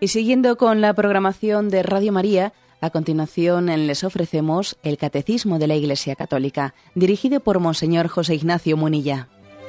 Y siguiendo con la programación de Radio María, a continuación les ofrecemos el Catecismo de la Iglesia Católica, dirigido por Monseñor José Ignacio Munilla.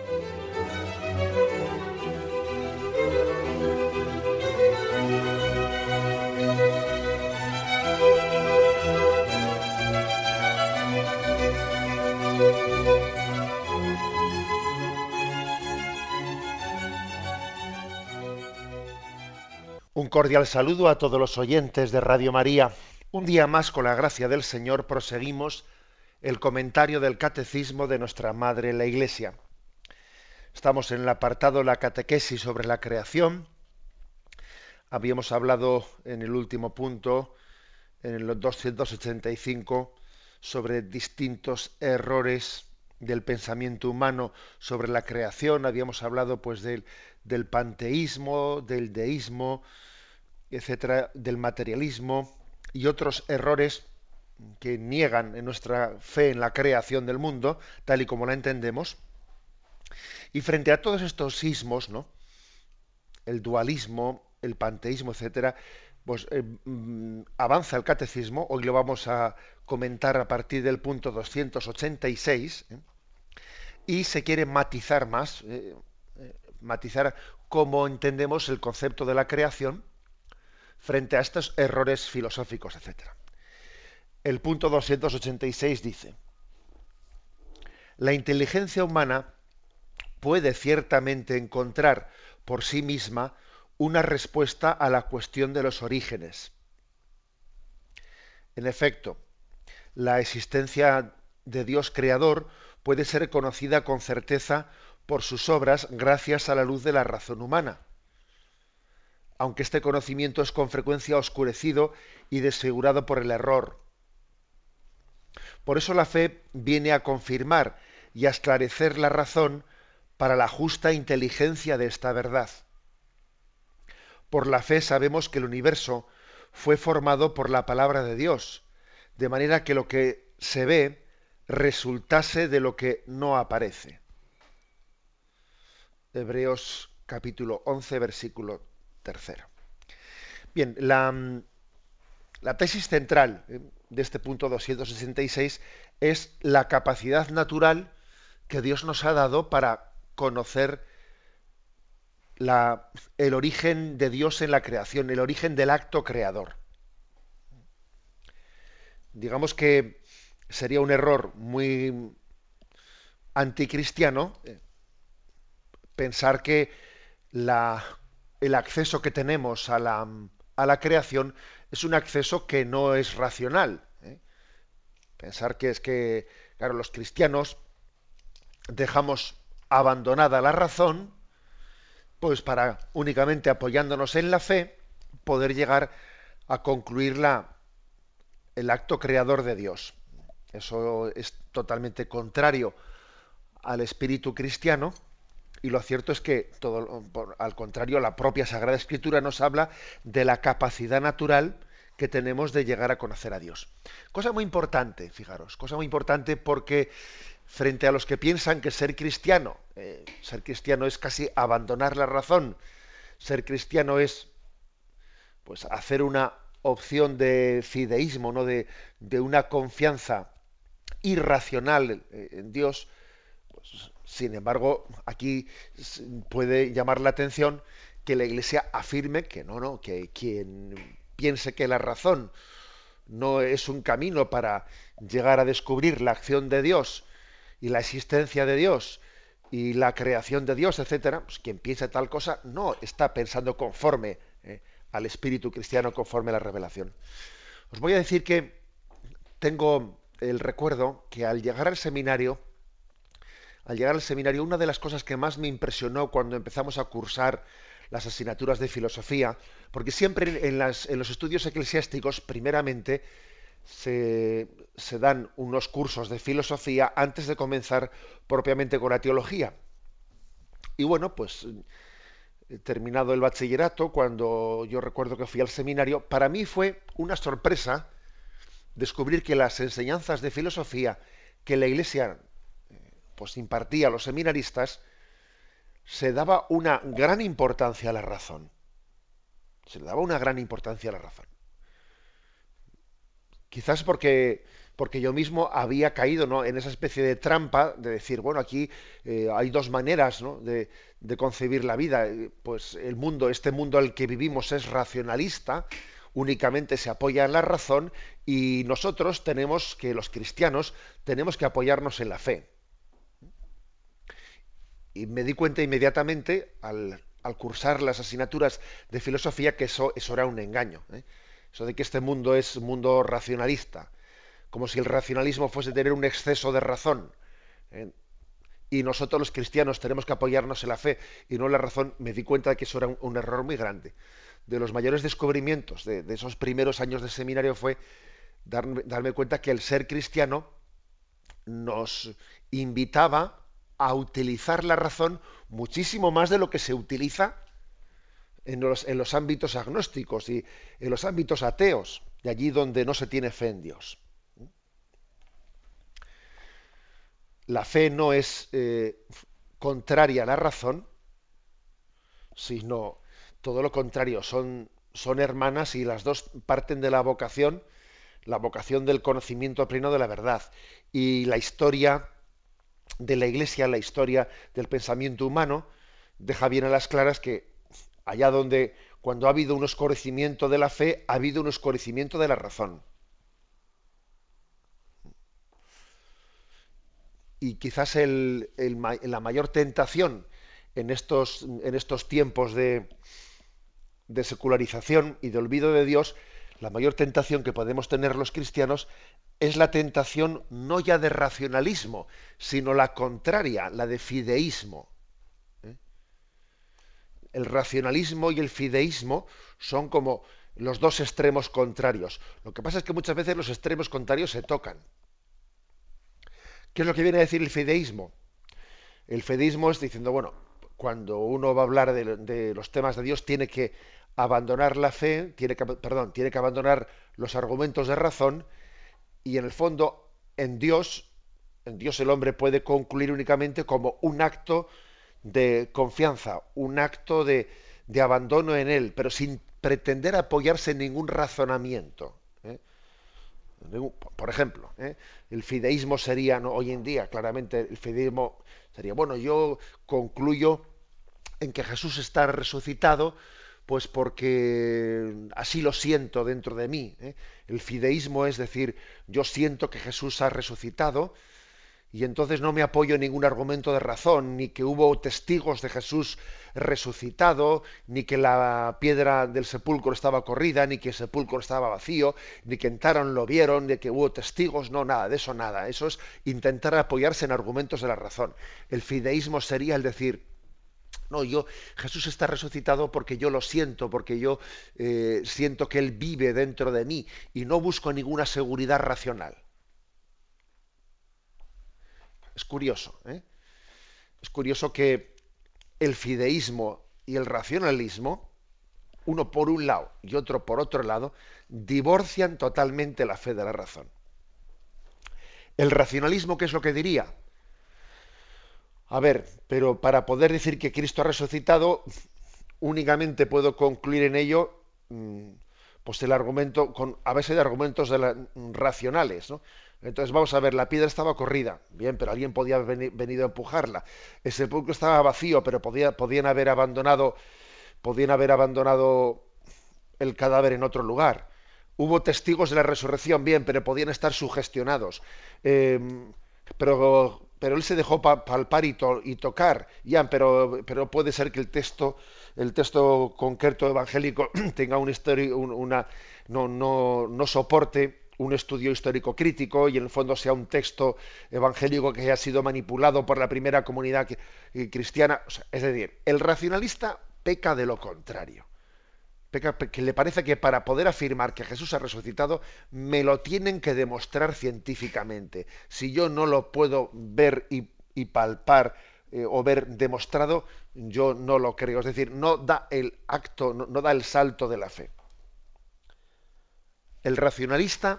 Un cordial saludo a todos los oyentes de Radio María. Un día más, con la gracia del Señor, proseguimos el comentario del Catecismo de nuestra Madre la Iglesia. Estamos en el apartado La catequesis sobre la creación. Habíamos hablado en el último punto, en el 285, sobre distintos errores del pensamiento humano sobre la creación. Habíamos hablado pues del panteísmo, del deísmo, etcétera, del materialismo y otros errores que niegan en nuestra fe en la creación del mundo, tal y como la entendemos. Y frente a todos estos sismos, ¿no?, el dualismo, el panteísmo, etcétera, pues avanza el catecismo. Hoy lo vamos a comentar a partir del punto 286, y se quiere matizar más, matizar cómo entendemos el concepto de la creación frente a estos errores filosóficos, etcétera. El punto 286 dice: la inteligencia humana puede ciertamente encontrar por sí misma una respuesta a la cuestión de los orígenes. En efecto, la existencia de Dios creador puede ser conocida con certeza por sus obras gracias a la luz de la razón humana, aunque este conocimiento es con frecuencia oscurecido y desfigurado por el error. Por eso la fe viene a confirmar y a esclarecer la razón para la justa inteligencia de esta verdad. Por la fe sabemos que el universo fue formado por la palabra de Dios, de manera que lo que se ve resultase de lo que no aparece. Hebreos capítulo 11, versículo 3. Bien, la tesis central de este punto 266 es la capacidad natural que Dios nos ha dado para conocer el origen de Dios en la creación, el origen del acto creador. Digamos que sería un error muy anticristiano pensar que el acceso que tenemos a la creación es un acceso que no es racional. Pensar que es que, claro, los cristianos dejamos abandonada la razón, pues para únicamente apoyándonos en la fe poder llegar a concluir el acto creador de Dios. Eso es totalmente contrario al espíritu cristiano, y lo cierto es que al contrario, la propia Sagrada Escritura nos habla de la capacidad natural que tenemos de llegar a conocer a Dios. Cosa muy importante, fijaros, cosa muy importante, porque frente a los que piensan que ser cristiano es casi abandonar la razón, ser cristiano es pues hacer una opción de fideísmo, ¿no?, de una confianza irracional en Dios, pues, sin embargo, aquí puede llamar la atención que la Iglesia afirme que que quien piense que la razón no es un camino para llegar a descubrir la acción de Dios y la existencia de Dios y la creación de Dios, etcétera, pues quien piensa tal cosa no está pensando conforme al espíritu cristiano, conforme a la revelación. Os voy a decir que tengo el recuerdo que al llegar al seminario, una de las cosas que más me impresionó cuando empezamos a cursar las asignaturas de filosofía, porque siempre en los estudios eclesiásticos, primeramente, se dan unos cursos de filosofía antes de comenzar propiamente con la teología. Y bueno, pues terminado el bachillerato, cuando yo recuerdo que fui al seminario, para mí fue una sorpresa descubrir que las enseñanzas de filosofía que la Iglesia pues impartía a los seminaristas se daba una gran importancia a la razón. Se le daba una gran importancia a la razón. Quizás porque yo mismo había caído, ¿no?, en esa especie de trampa de decir, bueno, aquí hay dos maneras, ¿no?, de concebir la vida. Pues el mundo, este mundo al que vivimos es racionalista, únicamente se apoya en la razón, y nosotros tenemos que, los cristianos, tenemos que apoyarnos en la fe. Y me di cuenta inmediatamente, al cursar las asignaturas de filosofía, que eso era un engaño, ¿eh? Eso de que este mundo es un mundo racionalista, como si el racionalismo fuese tener un exceso de razón, ¿eh? Y nosotros los cristianos tenemos que apoyarnos en la fe y no en la razón. Me di cuenta de que eso era un error muy grande. De los mayores descubrimientos de esos primeros años de seminario fue darme cuenta que el ser cristiano nos invitaba a utilizar la razón muchísimo más de lo que se utiliza en los ámbitos agnósticos y en los ámbitos ateos, de allí donde no se tiene fe en Dios. La fe no es contraria a la razón, sino todo lo contrario, son hermanas, y las dos parten de la vocación del conocimiento pleno de la verdad. Y la historia de la Iglesia, la historia del pensamiento humano, deja bien a las claras que allá donde, cuando ha habido un oscurecimiento de la fe, ha habido un oscurecimiento de la razón. Y quizás la mayor tentación en estos tiempos de secularización y de olvido de Dios, la mayor tentación que podemos tener los cristianos es la tentación no ya de racionalismo, sino la contraria, la de fideísmo. ¿Eh? El racionalismo y el fideísmo son como los dos extremos contrarios. Lo que pasa es que muchas veces los extremos contrarios se tocan. ¿Qué es lo que viene a decir el fideísmo? El fideísmo es diciendo, bueno, cuando uno va a hablar de los temas de Dios, tiene que abandonar la fe, tiene que abandonar los argumentos de razón, y en el fondo, en Dios el hombre puede concluir únicamente como un acto de confianza, un acto de abandono en él, pero sin pretender apoyarse en ningún razonamiento. ¿Eh? Por ejemplo, el fideísmo sería, ¿no?, hoy en día, claramente, el fideísmo sería, bueno, yo concluyo en que Jesús está resucitado, pues porque así lo siento dentro de mí. El fideísmo es decir, yo siento que Jesús ha resucitado, y entonces no me apoyo en ningún argumento de razón, ni que hubo testigos de Jesús resucitado, ni que la piedra del sepulcro estaba corrida, ni que el sepulcro estaba vacío, ni que entraron, lo vieron, ni que hubo testigos, no, nada de eso, nada. Eso es intentar apoyarse en argumentos de la razón. El fideísmo sería el decir, no, Jesús está resucitado porque yo lo siento, porque yo siento que Él vive dentro de mí, y no busco ninguna seguridad racional. Es curioso, ¿eh? Es curioso que el fideísmo y el racionalismo, uno por un lado y otro por otro lado, divorcian totalmente la fe de la razón. El racionalismo, ¿qué es lo que diría? A ver, pero para poder decir que Cristo ha resucitado, únicamente puedo concluir en ello, pues el argumento, a base de argumentos racionales, ¿no? Entonces vamos a ver, la piedra estaba corrida, bien, pero alguien podía haber venido a empujarla. El sepulcro estaba vacío, pero podían haber abandonado el cadáver en otro lugar. Hubo testigos de la resurrección, bien, pero podían estar sugestionados. Eh, pero él se dejó palpar y tocar, ya, pero puede ser que el texto concreto evangélico tenga no soporte un estudio histórico crítico, y en el fondo sea un texto evangélico que haya sido manipulado por la primera comunidad cristiana. O sea, es decir, el racionalista peca de lo contrario. Peca que le parece que para poder afirmar que Jesús ha resucitado, me lo tienen que demostrar científicamente. Si yo no lo puedo ver y palpar o ver demostrado, yo no lo creo. Es decir, no da el acto, no da el salto de la fe. El racionalista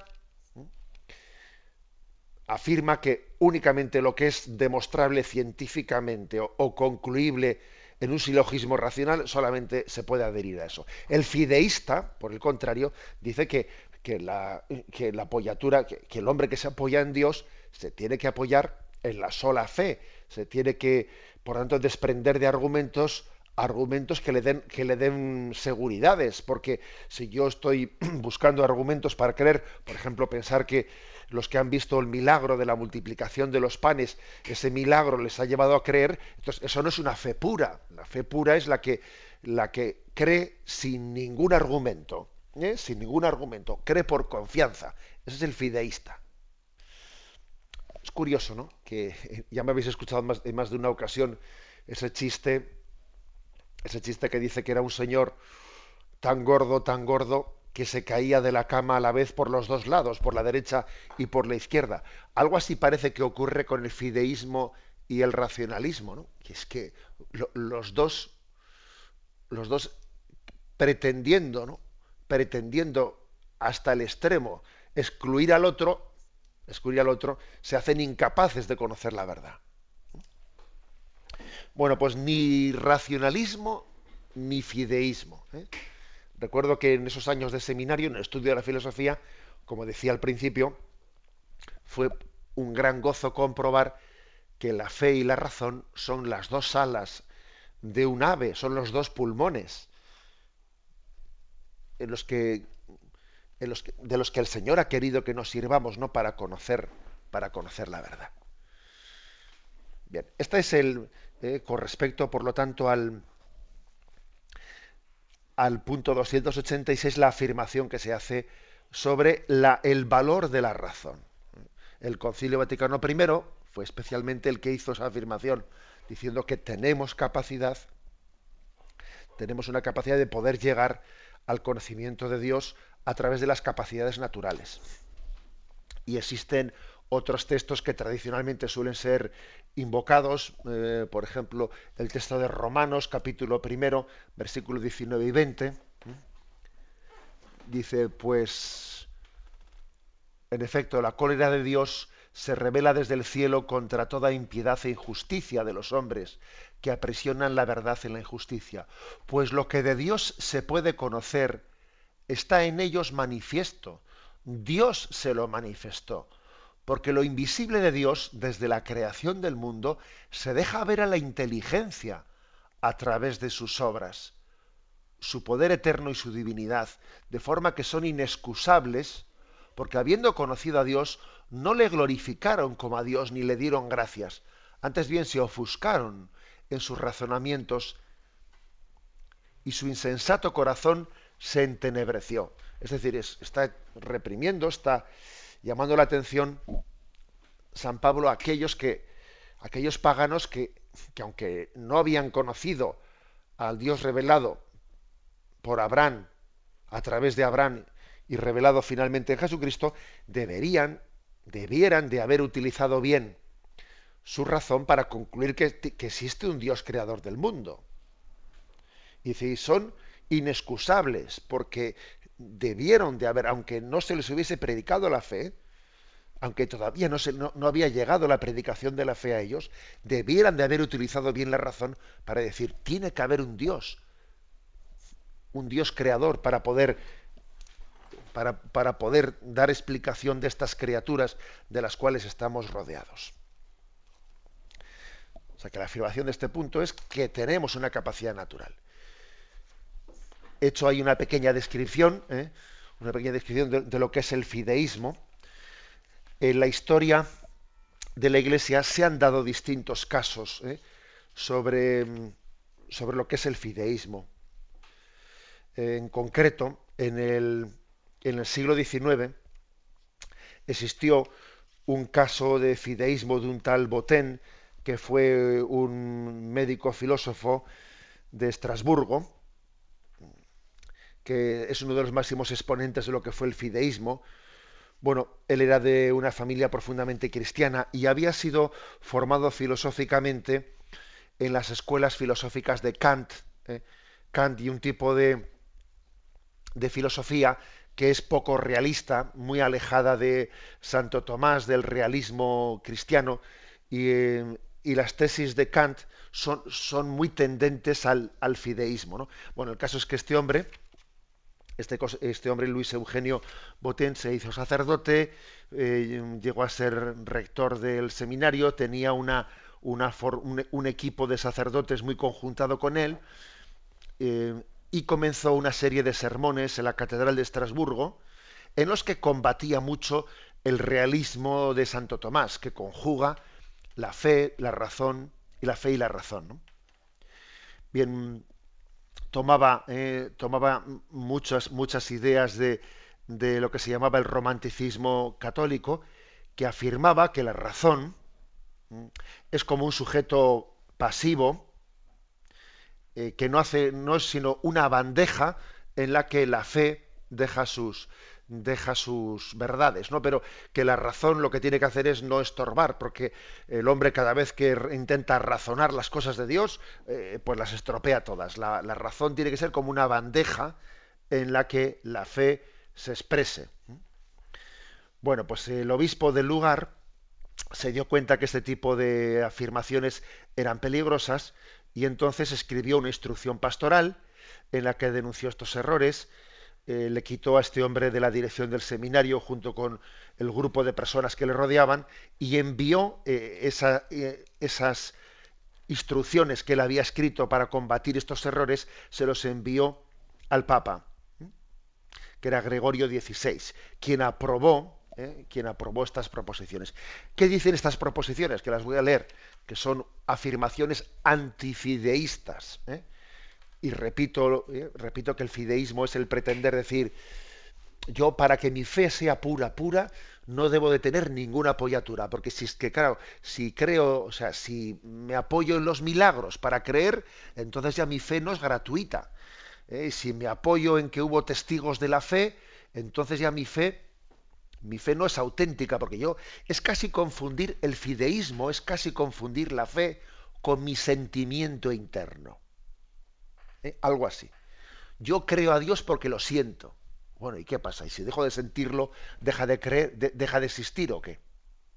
afirma que únicamente lo que es demostrable científicamente o concluible en un silogismo racional solamente se puede adherir a eso. El fideísta, por el contrario, dice que la apoyatura, que el hombre que se apoya en Dios se tiene que apoyar en la sola fe, se tiene que, por tanto, desprender de argumentos que le den seguridades, porque si yo estoy buscando argumentos para creer, por ejemplo, pensar que los que han visto el milagro de la multiplicación de los panes, ese milagro les ha llevado a creer, entonces eso no es una fe pura. La fe pura es la que cree sin ningún argumento, sin ningún argumento, cree por confianza. Ese es el fideísta. Es curioso, ¿no? Que ya me habéis escuchado en más de una ocasión ese chiste, que dice que era un señor tan gordo, que se caía de la cama a la vez por los dos lados, por la derecha y por la izquierda. Algo así parece que ocurre con el fideísmo y el racionalismo, ¿no? Que es que los dos pretendiendo, ¿no? Pretendiendo hasta el extremo excluir al otro, se hacen incapaces de conocer la verdad. Bueno, pues ni racionalismo ni fideísmo. Recuerdo que en esos años de seminario, en el estudio de la filosofía, como decía al principio, fue un gran gozo comprobar que la fe y la razón son las dos alas de un ave, son los dos pulmones en los que, de los que el Señor ha querido que nos sirvamos, ¿no? Para conocer la verdad. Bien, este es con respecto, por lo tanto, al punto 286, la afirmación que se hace sobre el valor de la razón. El Concilio Vaticano I fue especialmente el que hizo esa afirmación, diciendo que tenemos una capacidad de poder llegar al conocimiento de Dios a través de las capacidades naturales. Y existen otros textos que tradicionalmente suelen ser invocados, por ejemplo, el texto de Romanos, capítulo 1, versículos 19 y 20. Dice, pues, en efecto, la cólera de Dios se revela desde el cielo contra toda impiedad e injusticia de los hombres que aprisionan la verdad en la injusticia. Pues lo que de Dios se puede conocer está en ellos manifiesto. Dios se lo manifestó. Porque lo invisible de Dios, desde la creación del mundo, se deja ver a la inteligencia a través de sus obras, su poder eterno y su divinidad, de forma que son inexcusables, porque habiendo conocido a Dios, no le glorificaron como a Dios ni le dieron gracias. Antes bien se ofuscaron en sus razonamientos y su insensato corazón se entenebreció. Es decir, está reprimiendo, está llamando la atención San Pablo a aquellos paganos que aunque no habían conocido al Dios revelado por Abraham, a través de Abraham y revelado finalmente en Jesucristo, debieran de haber utilizado bien su razón para concluir que existe un Dios creador del mundo. Y si son inexcusables porque debieron de haber, aunque no se les hubiese predicado la fe, aunque todavía no había llegado la predicación de la fe a ellos, debieran de haber utilizado bien la razón para decir, tiene que haber un Dios creador para poder dar explicación de estas criaturas de las cuales estamos rodeados. O sea que la afirmación de este punto es que tenemos una capacidad natural. He hecho ahí una pequeña descripción, de lo que es el fideísmo. En la historia de la Iglesia se han dado distintos casos sobre lo que es el fideísmo. En concreto, en el siglo XIX existió un caso de fideísmo de un tal Botén, que fue un médico filósofo de Estrasburgo, que es uno de los máximos exponentes de lo que fue el fideísmo. Bueno, él era de una familia profundamente cristiana y había sido formado filosóficamente en las escuelas filosóficas de Kant. Kant y un tipo de filosofía que es poco realista, muy alejada de Santo Tomás, del realismo cristiano, y y las tesis de Kant son muy tendentes al fideísmo, ¿no? Bueno, el caso es que este hombre, Luis Eugenio Botén, se hizo sacerdote, llegó a ser rector del seminario, tenía un equipo de sacerdotes muy conjuntado con él, y comenzó una serie de sermones en la Catedral de Estrasburgo, en los que combatía mucho el realismo de Santo Tomás, que conjuga la fe, la razón, y la fe y la razón, ¿no? Bien, tomaba muchas ideas de lo que se llamaba el romanticismo católico, que afirmaba que la razón es como un sujeto pasivo, que no es sino una bandeja en la que la fe deja sus verdades, ¿no? Pero que la razón lo que tiene que hacer es no estorbar, porque el hombre cada vez que intenta razonar las cosas de Dios, pues las estropea todas. La razón tiene que ser como una bandeja en la que la fe se exprese. Bueno, pues el obispo del lugar se dio cuenta que este tipo de afirmaciones eran peligrosas y entonces escribió una instrucción pastoral en la que denunció estos errores. Le quitó a este hombre de la dirección del seminario junto con el grupo de personas que le rodeaban y envió esas instrucciones que él había escrito para combatir estos errores, se los envió al Papa, que era Gregorio XVI, quien aprobó estas proposiciones. ¿Qué dicen estas proposiciones? Que las voy a leer, que son afirmaciones antifideístas, y repito que el fideísmo es el pretender decir, yo para que mi fe sea pura, no debo de tener ninguna apoyatura, porque si es que, claro, si creo, o sea, si me apoyo en los milagros para creer, entonces ya mi fe no es gratuita. Si me apoyo en que hubo testigos de la fe, entonces ya mi fe no es auténtica, porque es casi confundir el fideísmo, es casi confundir la fe con mi sentimiento interno. Algo así. Yo creo a Dios porque lo siento. Bueno, ¿y qué pasa? ¿Y si dejo de sentirlo, deja de creer, deja de existir o qué?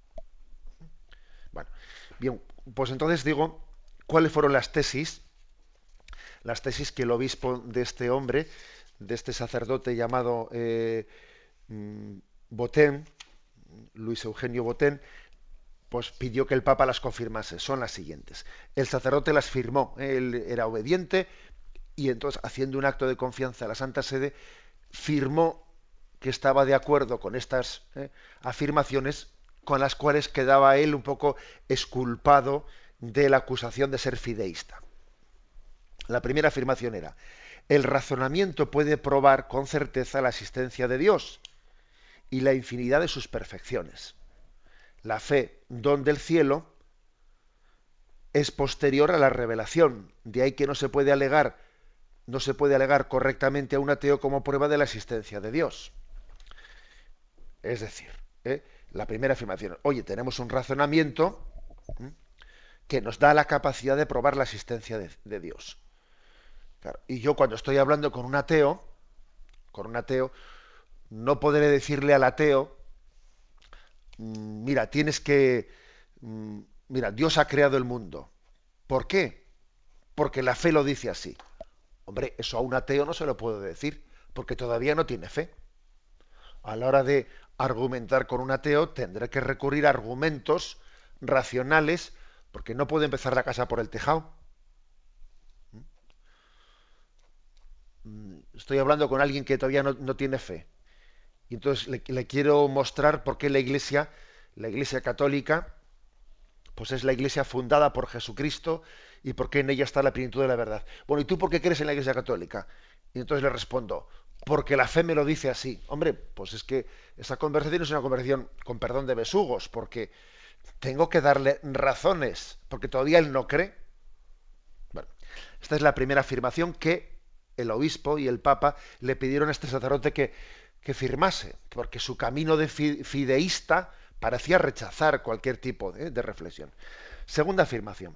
Bueno, bien, pues entonces digo, ¿cuáles fueron las tesis? Las tesis que el obispo de este hombre, de este sacerdote llamado Botén, Luis Eugenio Botén, pues pidió que el Papa las confirmase. Son las siguientes. El sacerdote las firmó, él era obediente, y entonces, haciendo un acto de confianza a la Santa Sede, firmó que estaba de acuerdo con estas afirmaciones, con las cuales quedaba él un poco exculpado de la acusación de ser fideísta. La primera afirmación era: el razonamiento puede probar con certeza la existencia de Dios y la infinidad de sus perfecciones. La fe, don del cielo, es posterior a la revelación. De ahí que no se puede alegar correctamente a un ateo como prueba de la existencia de Dios. Es decir, la primera afirmación: oye, tenemos un razonamiento que nos da la capacidad de probar la existencia de Dios. Claro, y yo, cuando estoy hablando con un ateo, no podré decirle al ateo, mira, mira, Dios ha creado el mundo. ¿Por qué? Porque la fe lo dice así. Hombre, eso a un ateo no se lo puedo decir, porque todavía no tiene fe. A la hora de argumentar con un ateo, tendré que recurrir a argumentos racionales, porque no puedo empezar la casa por el tejado. Estoy hablando con alguien que todavía no tiene fe. Y entonces le quiero mostrar por qué la Iglesia católica, pues es la Iglesia fundada por Jesucristo y por qué en ella está la plenitud de la verdad. Bueno, ¿y tú por qué crees en la Iglesia católica? Y entonces le respondo, porque la fe me lo dice así. Hombre, pues es que esa conversación es una conversación, con perdón de besugos, porque tengo que darle razones, porque todavía él no cree. Bueno, esta es la primera afirmación que el obispo y el papa le pidieron a este sacerdote que firmase, porque su camino de fideísta parecía rechazar cualquier tipo de reflexión. Segunda afirmación: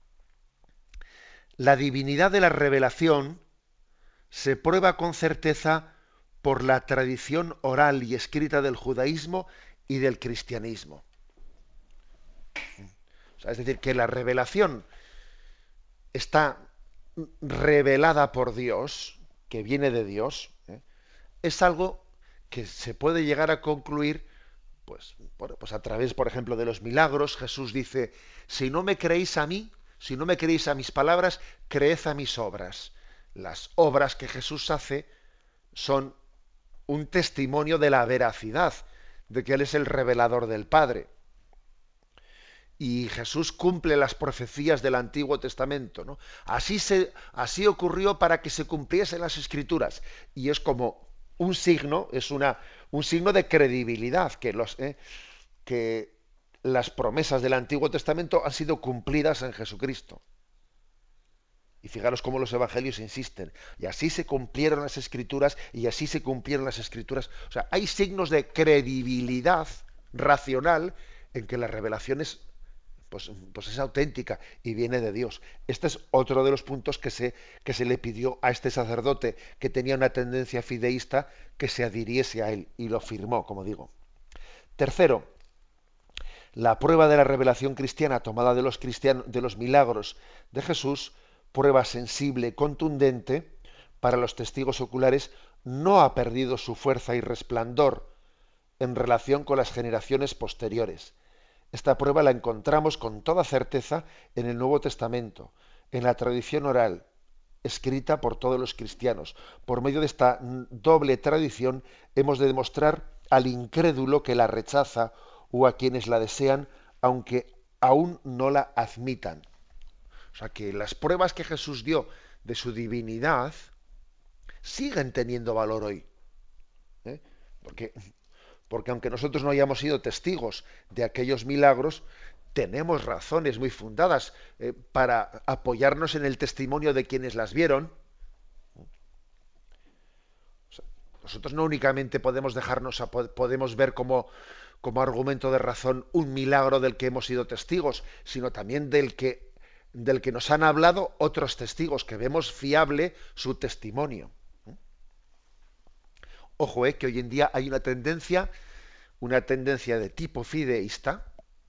la divinidad de la revelación se prueba con certeza por la tradición oral y escrita del judaísmo y del cristianismo. O sea, es decir, que la revelación está revelada por Dios, que viene de Dios, es algo que se puede llegar a concluir, pues, bueno, pues a través, por ejemplo, de los milagros. Jesús dice: si no me creéis a mí, si no me creéis a mis palabras, creed a mis obras. Las obras que Jesús hace son un testimonio de la veracidad, de que Él es el revelador del Padre. Y Jesús cumple las profecías del Antiguo Testamento, ¿no? Así ocurrió para que se cumpliesen las Escrituras. Y es como un signo, un signo de credibilidad, que las promesas del Antiguo Testamento han sido cumplidas en Jesucristo. Y fijaros cómo los evangelios insisten. Y así se cumplieron las Escrituras, y así se cumplieron las Escrituras. O sea, hay signos de credibilidad racional en que la revelación pues es auténtica y viene de Dios. Este es otro de los puntos que se le pidió a este sacerdote, que tenía una tendencia fideísta, que se adhiriese a él, y lo firmó, como digo. Tercero, la prueba de la revelación cristiana tomada de los milagros de Jesús, prueba sensible, contundente para los testigos oculares, no ha perdido su fuerza y resplandor en relación con las generaciones posteriores. Esta prueba la encontramos con toda certeza en el Nuevo Testamento, en la tradición oral, escrita por todos los cristianos. Por medio de esta doble tradición hemos de demostrar al incrédulo que la rechaza, o a quienes la desean, aunque aún no la admitan. O sea, que las pruebas que Jesús dio de su divinidad siguen teniendo valor hoy. ¿eh? Porque aunque nosotros no hayamos sido testigos de aquellos milagros, tenemos razones muy fundadas para apoyarnos en el testimonio de quienes las vieron. O sea, nosotros no únicamente podemos podemos ver como argumento de razón un milagro del que hemos sido testigos, sino también del que nos han hablado otros testigos, que vemos fiable su testimonio. Ojo, que hoy en día hay una tendencia de tipo fideísta,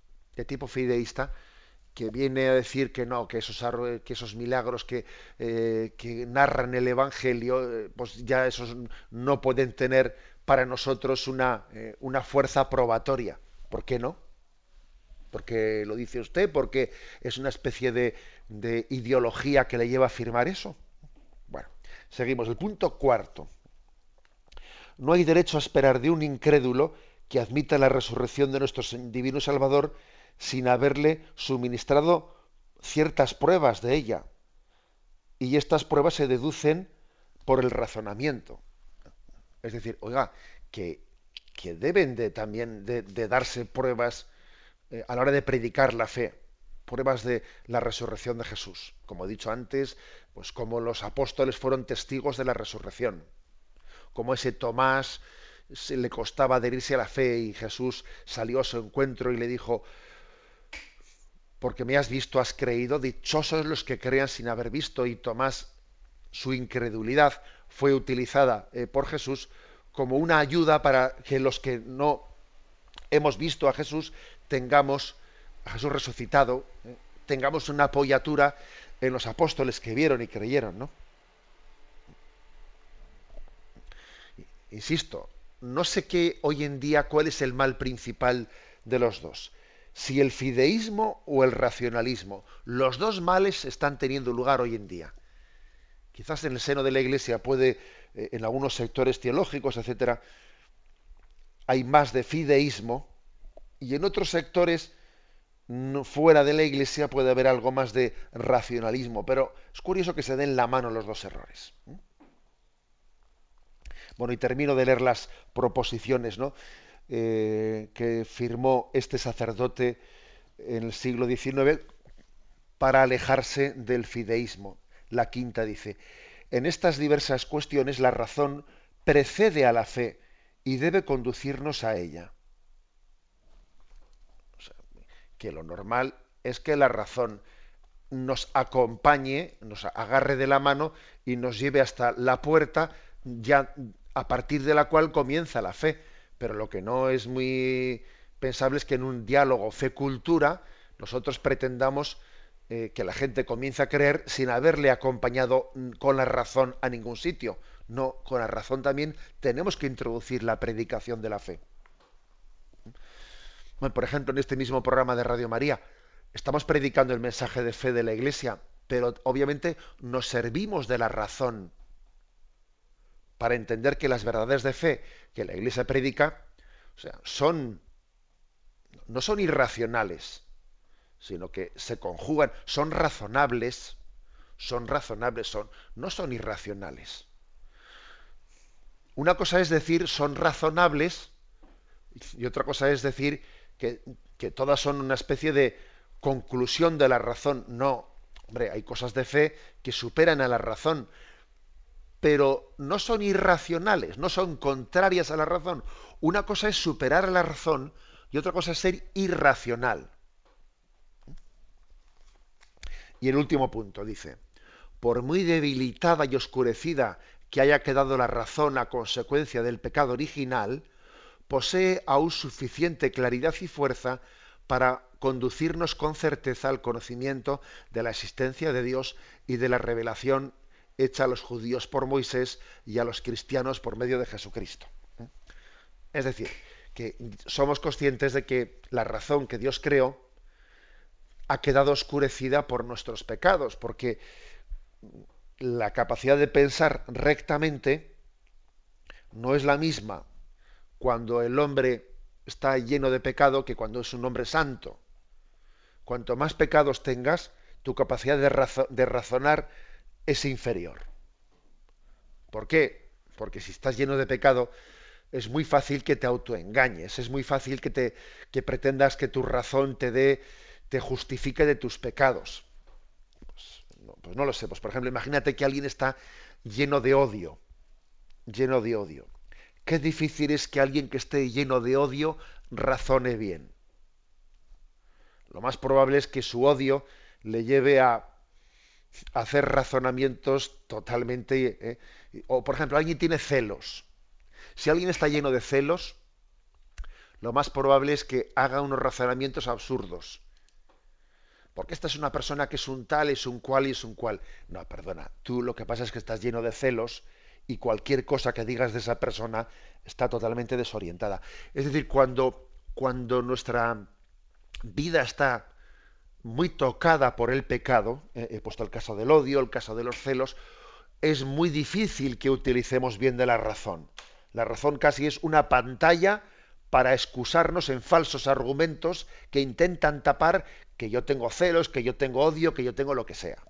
que viene a decir que no, que esos milagros que narran el Evangelio, pues ya esos no pueden tener para nosotros una fuerza probatoria. ¿Por qué no? ¿Porque lo dice usted? ¿Porque es una especie de ideología que le lleva a afirmar eso? Bueno, seguimos. El punto cuarto. No hay derecho a esperar de un incrédulo que admita la resurrección de nuestro divino Salvador sin haberle suministrado ciertas pruebas de ella. Y estas pruebas se deducen por el razonamiento. Es decir, oiga, que deben también de darse pruebas a la hora de predicar la fe, pruebas de la resurrección de Jesús. Como he dicho antes, pues como los apóstoles fueron testigos de la resurrección, como ese Tomás se le costaba adherirse a la fe y Jesús salió a su encuentro y le dijo: porque me has visto, has creído, dichosos los que crean sin haber visto. Y Tomás, su incredulidad fue utilizada por Jesús como una ayuda para que los que no hemos visto a Jesús tengamos a Jesús resucitado, tengamos una apoyatura en los apóstoles que vieron y creyeron, ¿no? Insisto, no sé hoy en día cuál es el mal principal de los dos, si el fideísmo o el racionalismo. Los dos males están teniendo lugar hoy en día. Quizás en el seno de la Iglesia en algunos sectores teológicos, etcétera, hay más de fideísmo, y en otros sectores fuera de la Iglesia puede haber algo más de racionalismo, pero es curioso que se den la mano los dos errores. Bueno, y termino de leer las proposiciones, ¿no?, que firmó este sacerdote en el siglo XIX para alejarse del fideísmo. La quinta dice: en estas diversas cuestiones la razón precede a la fe y debe conducirnos a ella. O sea, que lo normal es que la razón nos acompañe, nos agarre de la mano y nos lleve hasta la puerta, ya a partir de la cual comienza la fe. Pero lo que no es muy pensable es que en un diálogo fe-cultura nosotros pretendamos que la gente comience a creer sin haberle acompañado con la razón a ningún sitio. No, con la razón también tenemos que introducir la predicación de la fe. Bueno, por ejemplo, en este mismo programa de Radio María, estamos predicando el mensaje de fe de la Iglesia, pero obviamente nos servimos de la razón para entender que las verdades de fe que la Iglesia predica, o sea, no son irracionales, sino que se conjugan, no son irracionales. Una cosa es decir son razonables y otra cosa es decir que todas son una especie de conclusión de la razón. No, hombre, hay cosas de fe que superan a la razón, pero no son irracionales, no son contrarias a la razón. Una cosa es superar a la razón y otra cosa es ser irracional. Y el último punto dice, por muy debilitada y oscurecida que haya quedado la razón a consecuencia del pecado original, posee aún suficiente claridad y fuerza para conducirnos con certeza al conocimiento de la existencia de Dios y de la revelación hecha a los judíos por Moisés y a los cristianos por medio de Jesucristo. Es decir, que somos conscientes de que la razón que Dios creó ha quedado oscurecida por nuestros pecados, porque la capacidad de pensar rectamente no es la misma cuando el hombre está lleno de pecado que cuando es un hombre santo. Cuanto más pecados tengas, tu capacidad de razonar es inferior. ¿Por qué? Porque si estás lleno de pecado, es muy fácil que te autoengañes, es muy fácil que pretendas que tu razón te justifique de tus pecados. Pues no lo sé. Pues por ejemplo, imagínate que alguien está lleno de odio. Lleno de odio. Qué difícil es que alguien que esté lleno de odio razone bien. Lo más probable es que su odio le lleve a hacer razonamientos totalmente... O por ejemplo, alguien tiene celos. Si alguien está lleno de celos, lo más probable es que haga unos razonamientos absurdos. Porque esta es una persona que es un tal, es un cual y es un cual. No, perdona, tú lo que pasa es que estás lleno de celos y cualquier cosa que digas de esa persona está totalmente desorientada. Es decir, cuando nuestra vida está muy tocada por el pecado, he puesto el caso del odio, el caso de los celos, es muy difícil que utilicemos bien de la razón. La razón casi es una pantalla para excusarnos en falsos argumentos que intentan tapar que yo tengo celos, que yo tengo odio, que yo tengo lo que sea.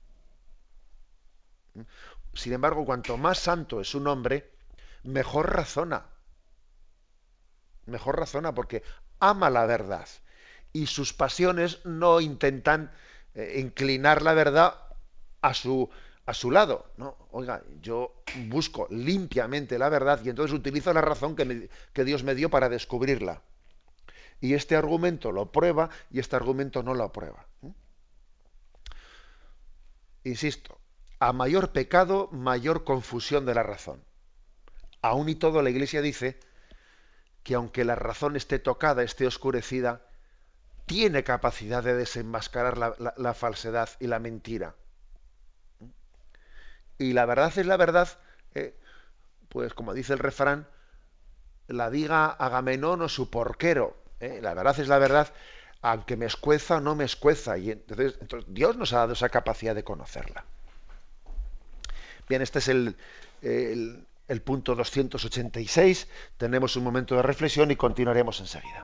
Sin embargo, cuanto más santo es un hombre, mejor razona. Mejor razona porque ama la verdad. Y sus pasiones no intentan inclinar la verdad a su lado. No, oiga, yo busco limpiamente la verdad y entonces utilizo la razón que Dios me dio para descubrirla. Y este argumento lo prueba y este argumento no lo aprueba. Insisto, a mayor pecado, mayor confusión de la razón. Aún y todo la Iglesia dice que aunque la razón esté tocada, esté oscurecida, tiene capacidad de desenmascarar la falsedad y la mentira. Y la verdad es la verdad, pues como dice el refrán, la diga Agamenón o su porquero. La verdad es la verdad, aunque me escueza o no me escueza. Y entonces Dios nos ha dado esa capacidad de conocerla. Bien, este es el punto 286. Tenemos un momento de reflexión y continuaremos enseguida.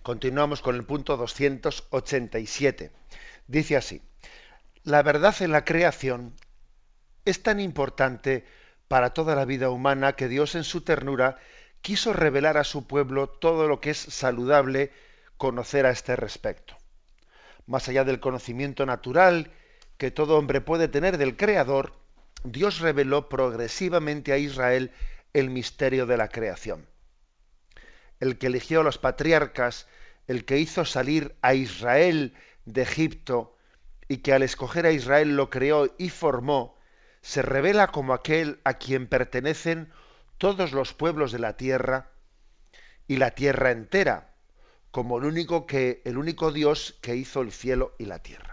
Continuamos con el punto 287. Dice así: la verdad en la creación es tan importante para toda la vida humana que Dios en su ternura quiso revelar a su pueblo todo lo que es saludable conocer a este respecto. Más allá del conocimiento natural que todo hombre puede tener del Creador, Dios reveló progresivamente a Israel el misterio de la creación. El que eligió a los patriarcas, el que hizo salir a Israel de Egipto y que al escoger a Israel lo creó y formó, se revela como aquel a quien pertenecen todos los pueblos de la tierra y la tierra entera, como el único Dios que hizo el cielo y la tierra.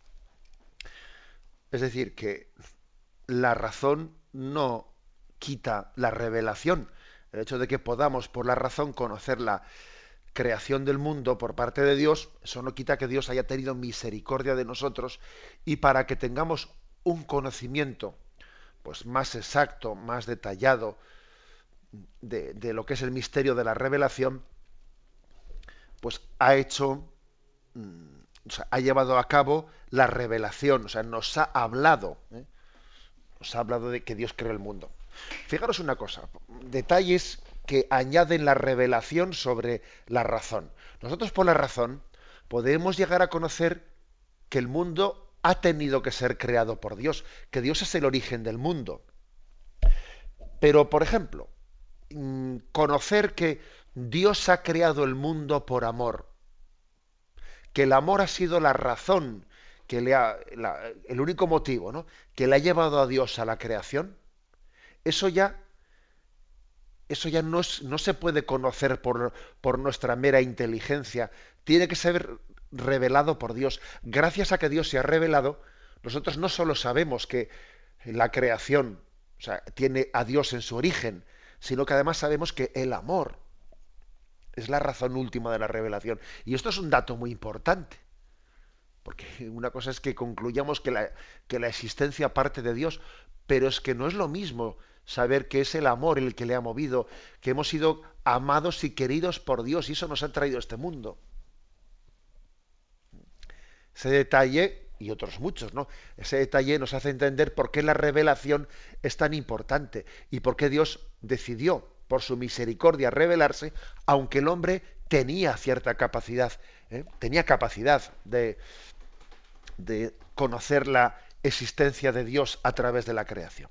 Es decir, que la razón no quita la revelación. El hecho de que podamos por la razón conocer la creación del mundo por parte de Dios, eso no quita que Dios haya tenido misericordia de nosotros, y para que tengamos un conocimiento pues más exacto, más detallado de lo que es el misterio de la revelación, pues ha hecho, o sea, ha llevado a cabo la revelación, o sea, nos ha hablado, nos ha hablado de que Dios creó el mundo. Fijaros una cosa, detalles que añaden la revelación sobre la razón. Nosotros por la razón podemos llegar a conocer que el mundo ha tenido que ser creado por Dios, que Dios es el origen del mundo. Pero, por ejemplo, conocer que Dios ha creado el mundo por amor, que el amor ha sido la razón, que el único motivo, ¿no?, que le ha llevado a Dios a la creación, eso ya no se puede conocer por nuestra mera inteligencia, tiene que ser revelado por Dios. Gracias a que Dios se ha revelado, nosotros no solo sabemos que la creación, o sea, tiene a Dios en su origen, sino que además sabemos que el amor es la razón última de la revelación. Y esto es un dato muy importante, porque una cosa es que concluyamos que la existencia parte de Dios, pero es que no es lo mismo saber que es el amor el que le ha movido, que hemos sido amados y queridos por Dios, y eso nos ha traído a este mundo. Ese detalle, y otros muchos, ¿no? Ese detalle nos hace entender por qué la revelación es tan importante y por qué Dios decidió, por su misericordia, revelarse, aunque el hombre tenía cierta capacidad, tenía capacidad de conocer la existencia de Dios a través de la creación.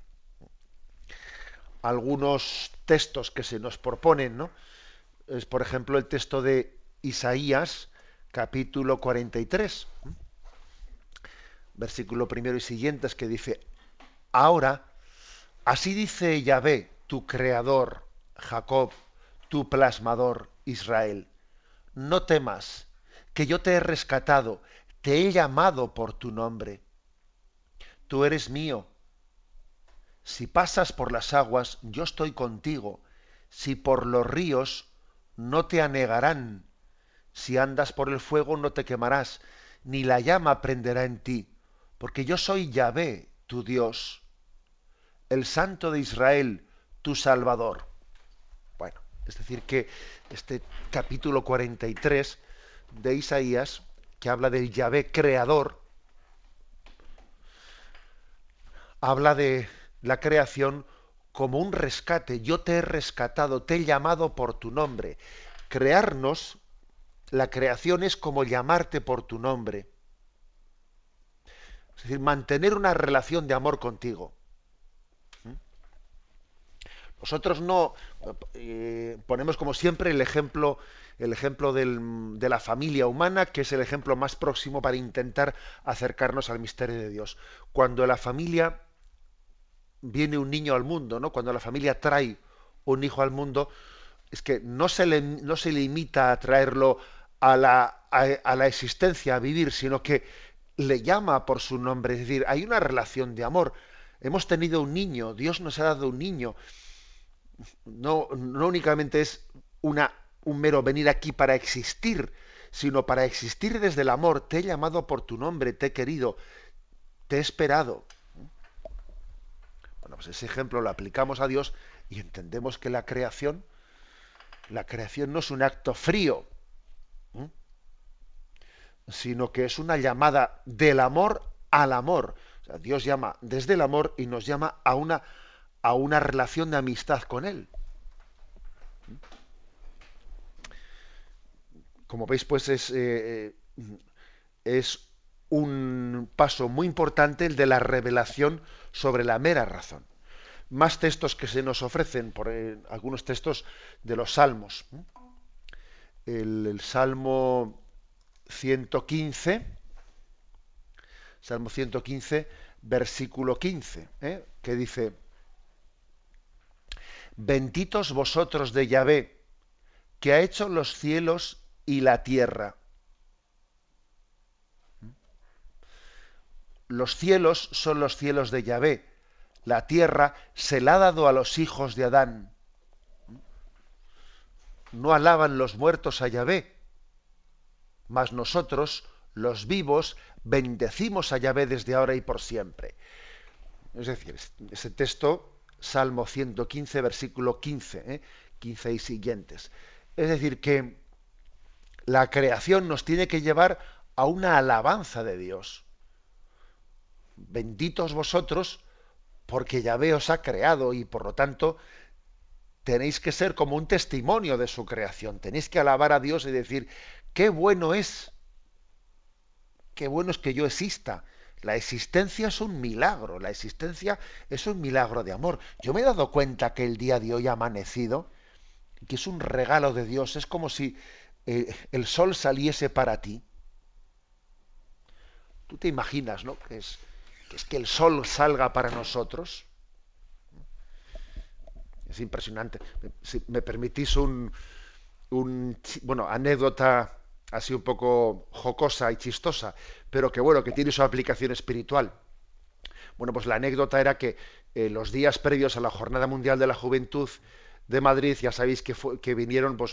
Algunos textos que se nos proponen, ¿no?, es, por ejemplo, el texto de Isaías, capítulo 43, versículo primero y siguientes, que dice: ahora, así dice Yahvé, tu creador, Jacob, tu plasmador, Israel, no temas, que yo te he rescatado, te he llamado por tu nombre. Tú eres mío. Si pasas por las aguas, yo estoy contigo. Si por los ríos, no te anegarán. Si andas por el fuego, no te quemarás, ni la llama prenderá en ti, porque yo soy Yahvé, tu Dios, el Santo de Israel, tu Salvador. Bueno, es decir que este capítulo 43 de Isaías, que habla del Yahvé creador, habla de la creación como un rescate. Yo te he rescatado, te he llamado por tu nombre. Crearnos, la creación es como llamarte por tu nombre. Es decir, mantener una relación de amor contigo. Nosotros no ponemos como siempre el ejemplo de la familia humana, que es el ejemplo más próximo para intentar acercarnos al misterio de Dios. Cuando en la familia viene un niño al mundo, ¿no?, cuando la familia trae un hijo al mundo, es que no se limita a traerlo a la existencia, a vivir, sino que le llama por su nombre. Es decir, hay una relación de amor. Hemos tenido un niño, Dios nos ha dado un niño. No únicamente es un mero venir aquí para existir, sino para existir desde el amor. Te he llamado por tu nombre, te he querido, te he esperado. Bueno, pues ese ejemplo lo aplicamos a Dios y entendemos que la creación no es un acto frío, sino que es una llamada del amor al amor. O sea, Dios llama desde el amor y nos llama a una relación de amistad con Él. Como veis, pues es un paso muy importante el de la revelación sobre la mera razón. Más textos que se nos ofrecen, por algunos textos de los Salmos. El Salmo 115, Salmo 115, versículo 15, que dice: benditos vosotros de Yahvé, que ha hecho los cielos y la tierra. Los cielos son los cielos de Yahvé, la tierra se la ha dado a los hijos de Adán. No alaban los muertos a Yahvé, mas nosotros, los vivos, bendecimos a Yahvé desde ahora y por siempre. Es decir, ese texto, Salmo 115, versículo 15, 15 y siguientes. Es decir, que la creación nos tiene que llevar a una alabanza de Dios. Benditos vosotros, porque Yahvé os ha creado y por lo tanto tenéis que ser como un testimonio de su creación. Tenéis que alabar a Dios y decir: qué bueno es que yo exista. La existencia es un milagro, la existencia es un milagro de amor. Yo me he dado cuenta que el día de hoy ha amanecido, que es un regalo de Dios, es como si el sol saliese para ti. Tú te imaginas, ¿no? Que el sol salga para nosotros. Es impresionante. Si me permitís bueno, anécdota así un poco jocosa y chistosa, pero que bueno, que tiene su aplicación espiritual. Bueno, pues la anécdota era que los días previos a la Jornada Mundial de la Juventud de Madrid, ya sabéis que vinieron pues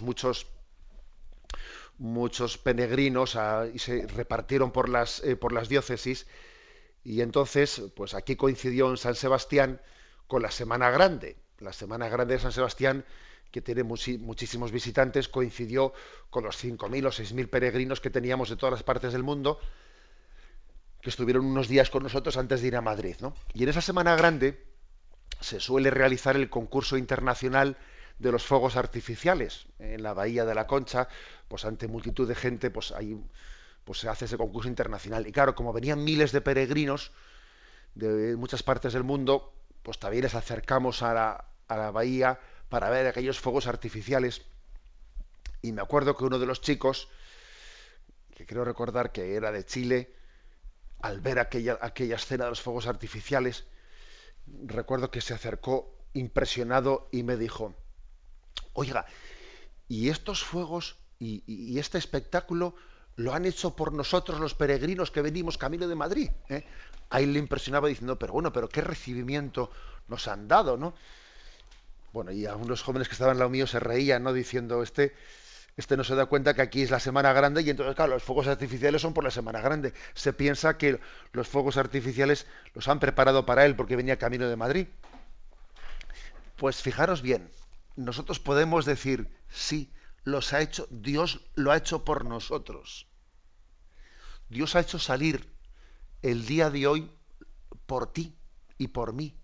muchos peregrinos y se repartieron por las diócesis, y entonces pues aquí coincidió en San Sebastián con la Semana Grande. La Semana Grande de San Sebastián, que tiene muchísimos visitantes, coincidió con los 5.000 o 6.000 peregrinos que teníamos de todas las partes del mundo, que estuvieron unos días con nosotros antes de ir a Madrid, ¿no? Y en esa Semana Grande se suele realizar el concurso internacional de los fuegos artificiales en la Bahía de la Concha. Pues ante multitud de gente, pues ahí pues se hace ese concurso internacional. Y claro, como venían miles de peregrinos de muchas partes del mundo, pues también les acercamos a la bahía para ver aquellos fuegos artificiales. Y me acuerdo que uno de los chicos, que creo recordar que era de Chile, al ver aquella escena de los fuegos artificiales, recuerdo que se acercó impresionado y me dijo: oiga, ¿y estos fuegos y este espectáculo lo han hecho por nosotros los peregrinos que venimos camino de Madrid? Ahí le impresionaba diciendo: pero bueno, pero qué recibimiento nos han dado, ¿no? Bueno, y algunos jóvenes que estaban al lado mío se reían, ¿no? Diciendo: este no se da cuenta que aquí es la Semana Grande, y entonces, claro, los fuegos artificiales son por la Semana Grande. Se piensa que los fuegos artificiales los han preparado para él porque venía camino de Madrid. Pues fijaros bien, nosotros podemos decir: sí, Dios lo ha hecho por nosotros. Dios ha hecho salir el día de hoy por ti y por mí.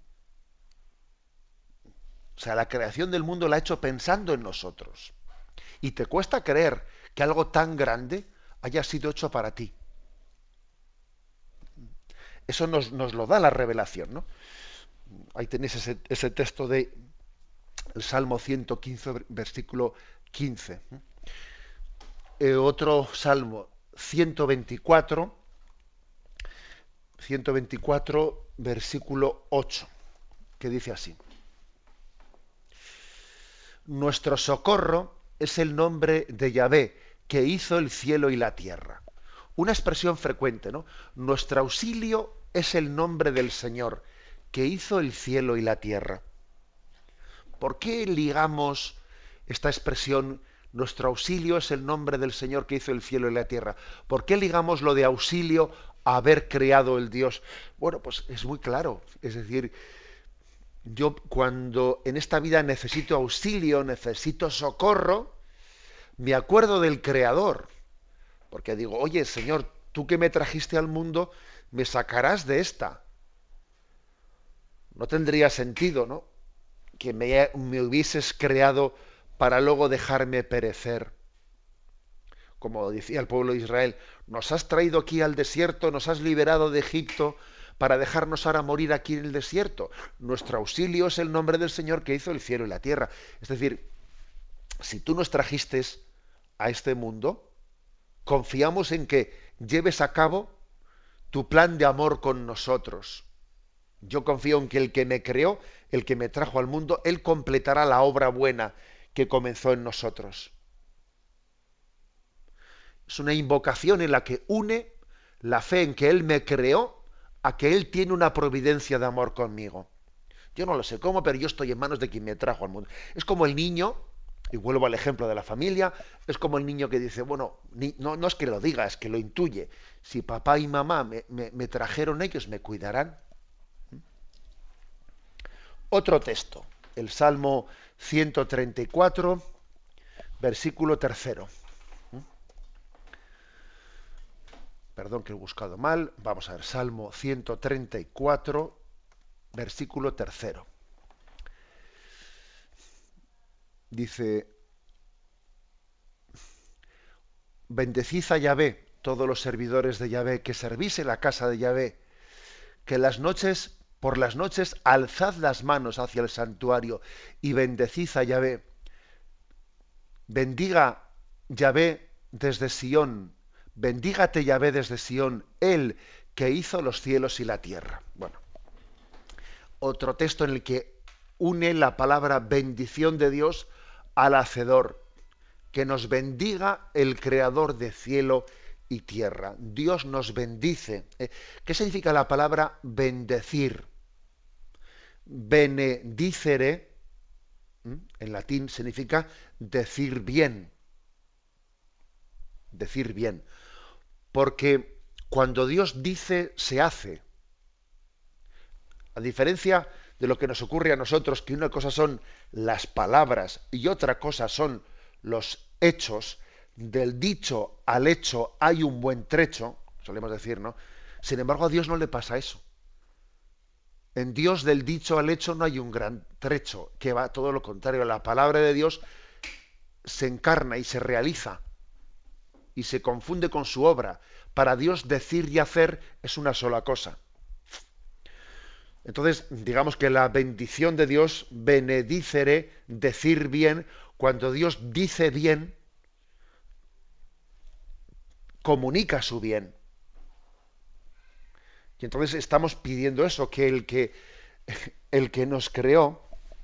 O sea, la creación del mundo la ha hecho pensando en nosotros. Y te cuesta creer que algo tan grande haya sido hecho para ti. Eso nos lo da la revelación, ¿no? Ahí tenéis ese texto de el Salmo 115, versículo 15. Otro Salmo, 124, versículo 8, que dice así: nuestro socorro es el nombre de Yahvé, que hizo el cielo y la tierra. Una expresión frecuente, ¿no? Nuestro auxilio es el nombre del Señor, que hizo el cielo y la tierra. ¿Por qué ligamos esta expresión, nuestro auxilio es el nombre del Señor que hizo el cielo y la tierra? ¿Por qué ligamos lo de auxilio a haber creado el Dios? Bueno, pues es muy claro. Es decir, yo cuando en esta vida necesito auxilio, necesito socorro, me acuerdo del Creador. Porque digo, oye, Señor, tú que me trajiste al mundo, me sacarás de esta. No tendría sentido, ¿no?, que me hubieses creado para luego dejarme perecer. Como decía el pueblo de Israel, nos has traído aquí al desierto, nos has liberado de Egipto para dejarnos ahora morir aquí en el desierto. Nuestro auxilio es el nombre del Señor que hizo el cielo y la tierra. Es decir, si tú nos trajiste a este mundo, confiamos en que lleves a cabo tu plan de amor con nosotros. Yo confío en que el que me creó, el que me trajo al mundo, Él completará la obra buena que comenzó en nosotros. Es una invocación en la que une la fe en que Él me creó a que Él tiene una providencia de amor conmigo. Yo no lo sé cómo, pero yo estoy en manos de quien me trajo al mundo. Es como el niño, y vuelvo al ejemplo de la familia, es como el niño que dice, bueno, no es que lo diga, es que lo intuye. Si papá y mamá me trajeron, ellos me cuidarán. Otro texto, el Salmo 134, versículo 3. Perdón que he buscado mal. Vamos a ver, Salmo 134, versículo 3. Dice, bendecid a Yahvé, todos los servidores de Yahvé, que servís en la casa de Yahvé, que por las noches alzad las manos hacia el santuario y bendecid a Yahvé. Bendiga Yahvé desde Sión, bendígate Yahvé desde Sión, Él que hizo los cielos y la tierra. Bueno, otro texto en el que une la palabra bendición de Dios al Hacedor, que nos bendiga el Creador de cielo y tierra. Dios nos bendice. ¿Qué significa la palabra bendecir? Benedicere, en latín, significa decir bien. Decir bien. Porque cuando Dios dice, se hace. A diferencia de lo que nos ocurre a nosotros, que una cosa son las palabras y otra cosa son los hechos, del dicho al hecho hay un buen trecho, solemos decir, ¿no? Sin embargo, a Dios no le pasa eso. En Dios, del dicho al hecho no hay un gran trecho, que va todo lo contrario. La palabra de Dios se encarna y se realiza y se confunde con su obra. Para Dios, decir y hacer es una sola cosa. Entonces, digamos que la bendición de Dios, benedicere, decir bien, cuando Dios dice bien, comunica su bien. Y entonces estamos pidiendo eso, que el que nos creó,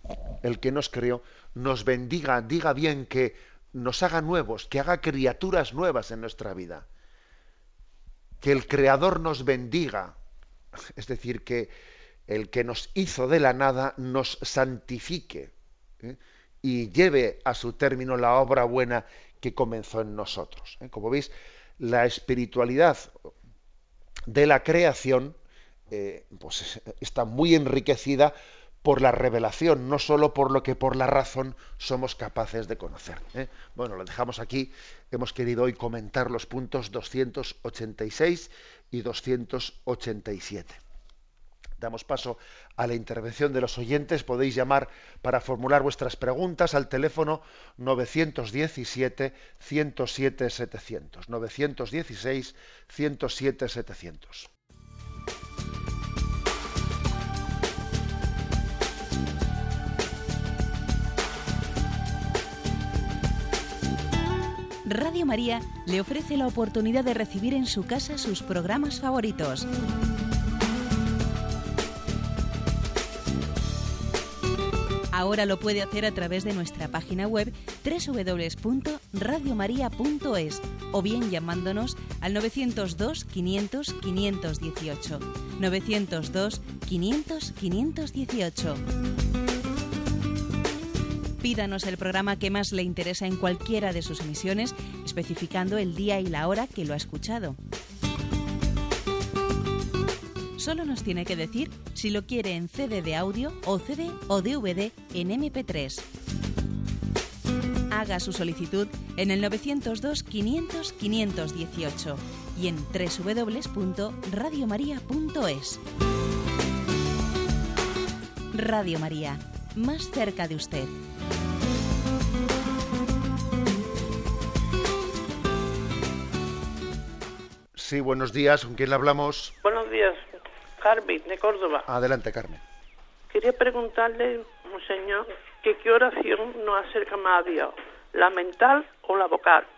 nos bendiga, diga bien, que nos haga nuevos, que haga criaturas nuevas en nuestra vida. Que el Creador nos bendiga, es decir, que el que nos hizo de la nada nos santifique, y lleve a su término la obra buena que comenzó en nosotros. Como veis, la espiritualidad de la creación pues está muy enriquecida por la revelación, no solo por lo que por la razón somos capaces de conocer. Bueno, lo dejamos aquí. Hemos querido hoy comentar los puntos 286 y 287. Damos paso a la intervención de los oyentes. Podéis llamar para formular vuestras preguntas al teléfono 917-107-700. 916-107-700. Radio María le ofrece la oportunidad de recibir en su casa sus programas favoritos. Ahora lo puede hacer a través de nuestra página web www.radiomaria.es o bien llamándonos al 902 500 518. 902 500 518. Pídanos el programa que más le interesa en cualquiera de sus emisiones, especificando el día y la hora que lo ha escuchado. Solo nos tiene que decir si lo quiere en CD de audio o CD o DVD en MP3. Haga su solicitud en el 902 500 518 y en www.radiomaria.es. Radio María, más cerca de usted. Sí, buenos días. ¿Con quién le hablamos? Buenos días, Carmen, de Córdoba. Adelante, Carmen. Quería preguntarle, monseñor, que qué oración nos acerca más a Dios, la mental o la vocal.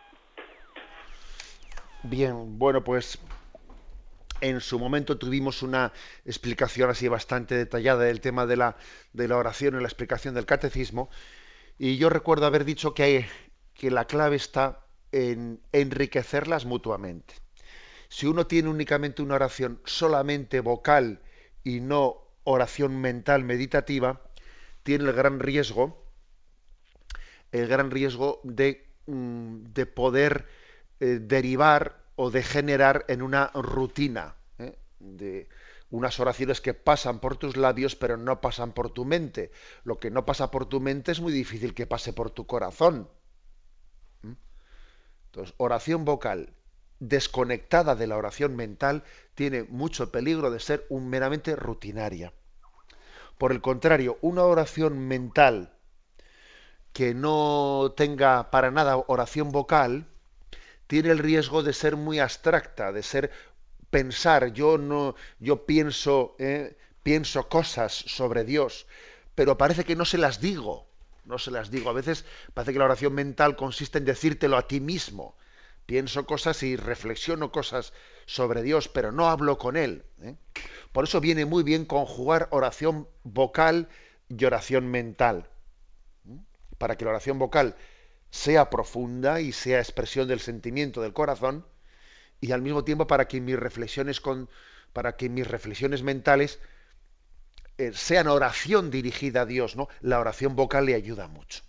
Bien, bueno, pues en su momento tuvimos una explicación así bastante detallada del tema de la oración en la explicación del catecismo, y yo recuerdo haber dicho que la clave está en enriquecerlas mutuamente. Si uno tiene únicamente una oración solamente vocal y no oración mental meditativa, tiene el gran riesgo de poder derivar o degenerar en una rutina, de unas oraciones que pasan por tus labios pero no pasan por tu mente. Lo que no pasa por tu mente es muy difícil que pase por tu corazón. Entonces, oración vocal desconectada de la oración mental tiene mucho peligro de ser meramente rutinaria. Por el contrario, una oración mental que no tenga para nada oración vocal tiene el riesgo de ser muy abstracta, de ser pensar. Yo pienso cosas sobre Dios, pero parece que no se las digo. A veces parece que la oración mental consiste en decírtelo a ti mismo. Pienso cosas y reflexiono cosas sobre Dios, pero no hablo con Él. Por eso viene muy bien conjugar oración vocal y oración mental, para que la oración vocal sea profunda y sea expresión del sentimiento del corazón, y al mismo tiempo para que mis reflexiones mentales sean oración dirigida a Dios, ¿no? La oración vocal le ayuda mucho.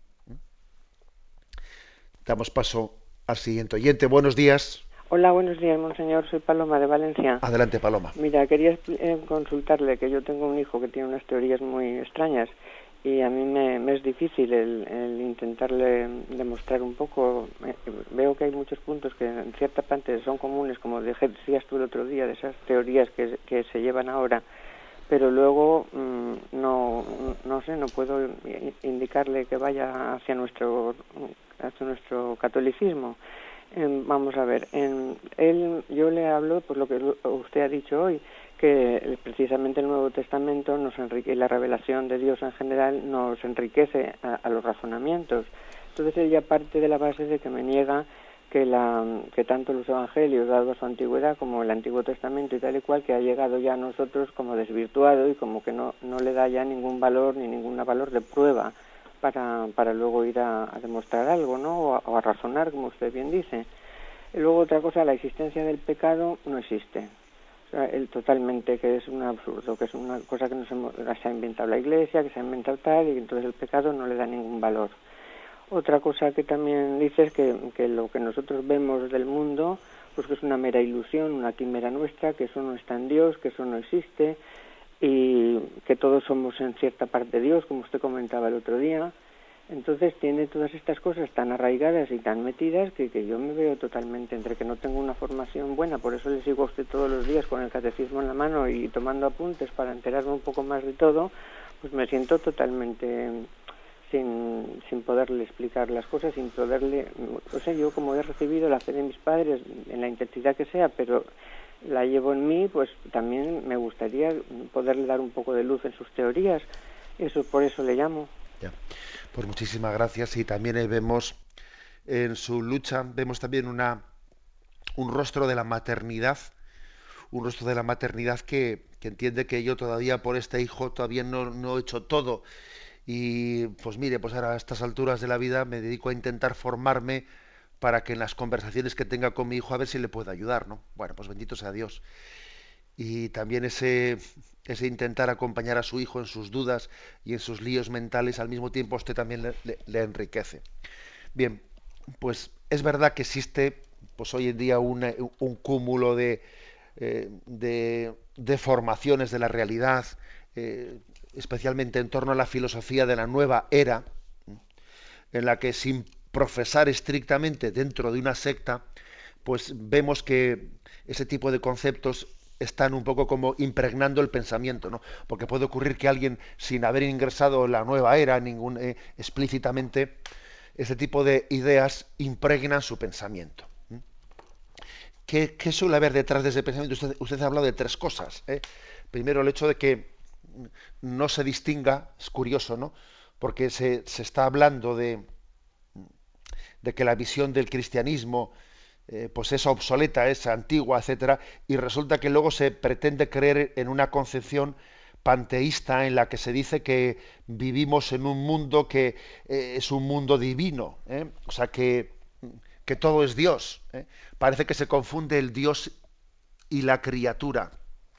Damos paso al siguiente oyente. Buenos días. Hola, buenos días, monseñor. Soy Paloma, de Valencia. Adelante, Paloma. Mira, quería consultarle que yo tengo un hijo que tiene unas teorías muy extrañas y a mí me es difícil el intentarle demostrar un poco. Veo que hay muchos puntos que en cierta parte son comunes, como decías tú el otro día, de esas teorías que se llevan ahora, pero luego no puedo indicarle que vaya hacia nuestro catolicismo. Vamos a ver, yo le hablo por lo que usted ha dicho hoy, que precisamente el Nuevo Testamento nos enriquece, la revelación de Dios en general nos enriquece a los razonamientos. Entonces ella parte de la base de que me niega que tanto los evangelios, dado su antigüedad, como el Antiguo Testamento y tal y cual, que ha llegado ya a nosotros como desvirtuado y como que no le da ya ningún valor ni ningún valor de prueba para luego ir a demostrar algo, ¿no? O a razonar, como usted bien dice. Y luego otra cosa, la existencia del pecado no existe. O sea, totalmente, que es un absurdo, que es una cosa que se ha inventado la Iglesia, que se ha inventado tal, y entonces el pecado no le da ningún valor. Otra cosa que también dice es que lo que nosotros vemos del mundo, pues que es una mera ilusión, una quimera nuestra, que eso no está en Dios, que eso no existe, y que todos somos en cierta parte Dios, como usted comentaba el otro día. Entonces tiene todas estas cosas tan arraigadas y tan metidas que yo me veo totalmente entre que no tengo una formación buena, por eso le sigo a usted todos los días con el catecismo en la mano y tomando apuntes para enterarme un poco más de todo, pues me siento totalmente sin poderle explicar las cosas, sin poderle... O sea, yo como he recibido la fe de mis padres en la intensidad que sea, pero la llevo en mí, pues también me gustaría poderle dar un poco de luz en sus teorías. Por eso le llamo. Ya. Pues muchísimas gracias. Y también vemos en su lucha, vemos también un rostro de la maternidad, que entiende que yo todavía por este hijo todavía no he hecho todo. Y pues mire, pues ahora a estas alturas de la vida me dedico a intentar formarme para que en las conversaciones que tenga con mi hijo a ver si le puedo ayudar, ¿no? Bueno, pues bendito sea Dios. Y también ese intentar acompañar a su hijo en sus dudas y en sus líos mentales, al mismo tiempo a usted también le enriquece. Bien, pues es verdad que existe pues hoy en día un cúmulo de formaciones de la realidad, especialmente en torno a la filosofía de la nueva era, en la que sin profesar estrictamente dentro de una secta, pues vemos que ese tipo de conceptos están un poco como impregnando el pensamiento, ¿no? Porque puede ocurrir que alguien, sin haber ingresado en la nueva era explícitamente, ese tipo de ideas impregnan su pensamiento. ¿Qué suele haber detrás de ese pensamiento? Usted ha hablado de tres cosas, ¿eh? Primero, el hecho de que no se distinga, es curioso, ¿no? Porque se está hablando de que la visión del cristianismo pues es obsoleta, es antigua, etcétera, y resulta que luego se pretende creer en una concepción panteísta en la que se dice que vivimos en un mundo que es un mundo divino, ¿eh? O sea que todo es Dios, ¿eh? Parece que se confunde el Dios y la criatura.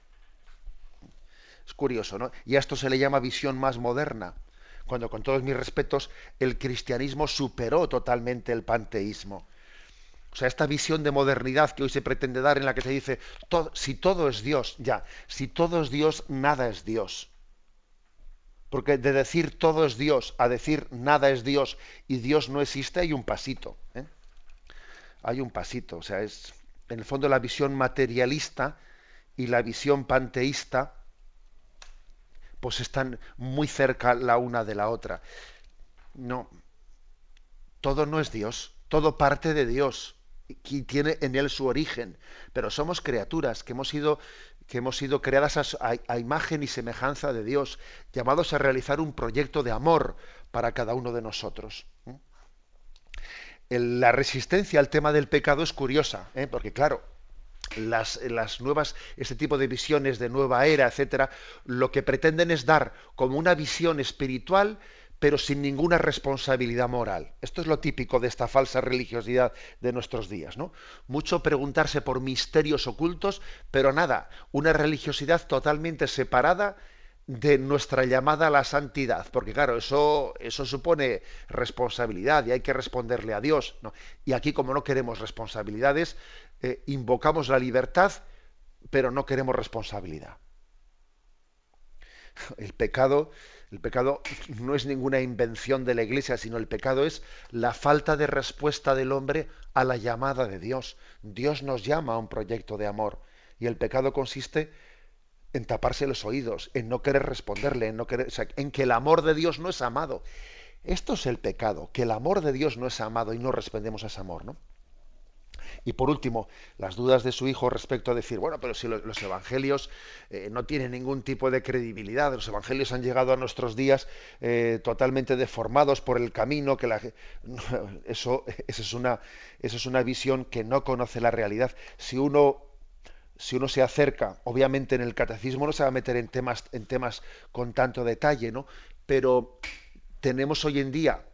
Es curioso, ¿no? Y a esto se le llama visión más moderna, cuando, con todos mis respetos, el cristianismo superó totalmente el panteísmo. O sea, esta visión de modernidad que hoy se pretende dar, en la que se dice, si todo es Dios, si todo es Dios, nada es Dios. Porque de decir todo es Dios a decir nada es Dios y Dios no existe, hay un pasito, ¿eh? Hay un pasito. O sea, es en el fondo la visión materialista y la visión panteísta pues están muy cerca la una de la otra. No, todo no es Dios, todo parte de Dios y tiene en él su origen, pero somos criaturas que hemos sido creadas a imagen y semejanza de Dios, llamados a realizar un proyecto de amor para cada uno de nosotros. La resistencia al tema del pecado es curiosa, porque claro, las nuevas, este tipo de visiones de nueva era, etcétera, lo que pretenden es dar como una visión espiritual, pero sin ninguna responsabilidad moral. Esto es lo típico de esta falsa religiosidad de nuestros días, ¿no? Mucho preguntarse por misterios ocultos, pero nada, una religiosidad totalmente separada de nuestra llamada a la santidad, porque claro, eso supone responsabilidad y hay que responderle a Dios, ¿no? Y aquí, como no queremos responsabilidades, invocamos la libertad, pero no queremos responsabilidad. El pecado no es ninguna invención de la Iglesia, sino el pecado es la falta de respuesta del hombre a la llamada de Dios. Dios nos llama a un proyecto de amor y el pecado consiste en taparse los oídos, en no querer responderle, en que el amor de Dios no es amado. Esto es el pecado, que el amor de Dios no es amado y no respondemos a ese amor, ¿no? Y por último, las dudas de su hijo respecto a decir, bueno, pero si los evangelios no tienen ningún tipo de credibilidad, los evangelios han llegado a nuestros días totalmente deformados por el camino, eso es una visión que no conoce la realidad. Si uno se acerca, obviamente en el catecismo no se va a meter en temas con tanto detalle, ¿no? Pero tenemos hoy en día,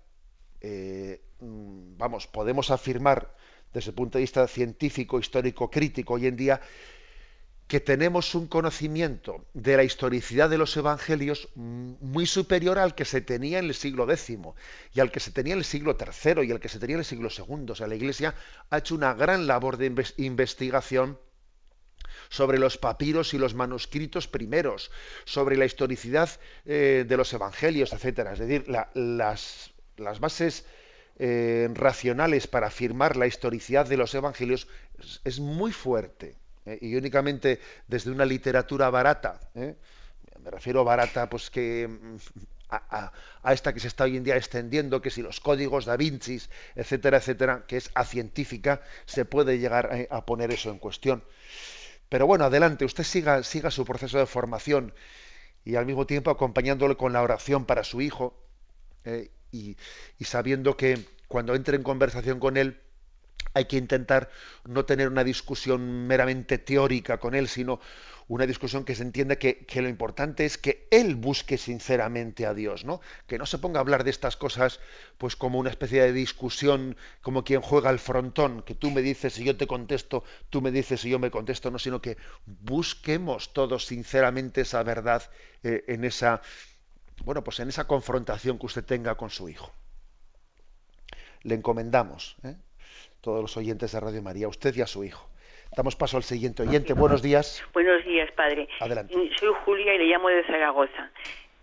podemos afirmar desde el punto de vista científico, histórico, crítico, hoy en día, que tenemos un conocimiento de la historicidad de los evangelios muy superior al que se tenía en el siglo X y al que se tenía en el siglo III y al que se tenía en el siglo II. O sea, la Iglesia ha hecho una gran labor de investigación sobre los papiros y los manuscritos primeros, sobre la historicidad de los evangelios, etcétera. Es decir, las bases racionales para afirmar la historicidad de los evangelios es muy fuerte, y únicamente desde una literatura barata, me refiero barata pues que a esta que se está hoy en día extendiendo, que si los códigos da Vinci, etcétera, etcétera, que es acientífica, se puede llegar a poner eso en cuestión. Pero bueno, adelante, usted siga su proceso de formación y al mismo tiempo acompañándole con la oración para su hijo, y sabiendo que cuando entre en conversación con él hay que intentar no tener una discusión meramente teórica con él, sino una discusión que se entienda que lo importante es que él busque sinceramente a Dios, ¿no? Que no se ponga a hablar de estas cosas pues como una especie de discusión, como quien juega al frontón, que tú me dices y yo te contesto, tú me dices y yo me contesto, no, sino que busquemos todos sinceramente esa verdad en esa confrontación que usted tenga con su hijo. Le encomendamos, todos los oyentes de Radio María, a usted y a su hijo. Damos paso al siguiente oyente. Buenos días. Buenos días, padre. Adelante. Soy Julia y le llamo de Zaragoza.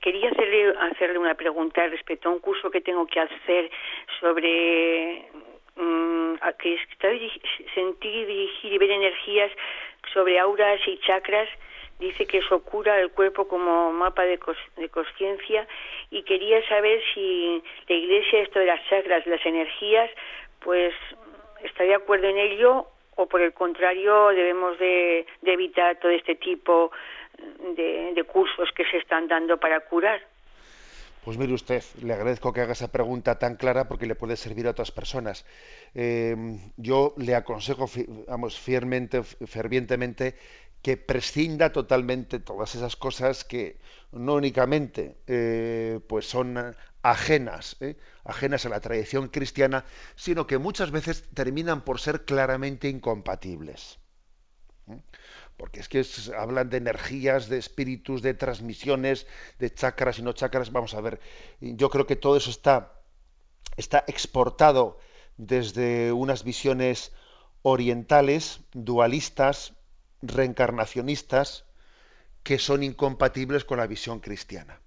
quería hacerle una pregunta respecto a un curso que tengo que hacer sobre que sentir, dirigir y ver energías sobre auras y chakras. Dice que eso cura el cuerpo como mapa de conciencia, y quería saber si la Iglesia, esto de las chakras, las energías, pues está de acuerdo en ello, o por el contrario debemos de evitar todo este tipo de cursos que se están dando para curar. Pues mire usted, le agradezco que haga esa pregunta tan clara porque le puede servir a otras personas. Yo le aconsejo, fervientemente, que prescinda totalmente todas esas cosas que no únicamente pues son ajenas a la tradición cristiana, sino que muchas veces terminan por ser claramente incompatibles. Porque es que hablan de energías, de espíritus, de transmisiones, de chakras y no chakras. Vamos a ver, yo creo que todo eso está exportado desde unas visiones orientales, dualistas, reencarnacionistas, que son incompatibles con la visión cristiana.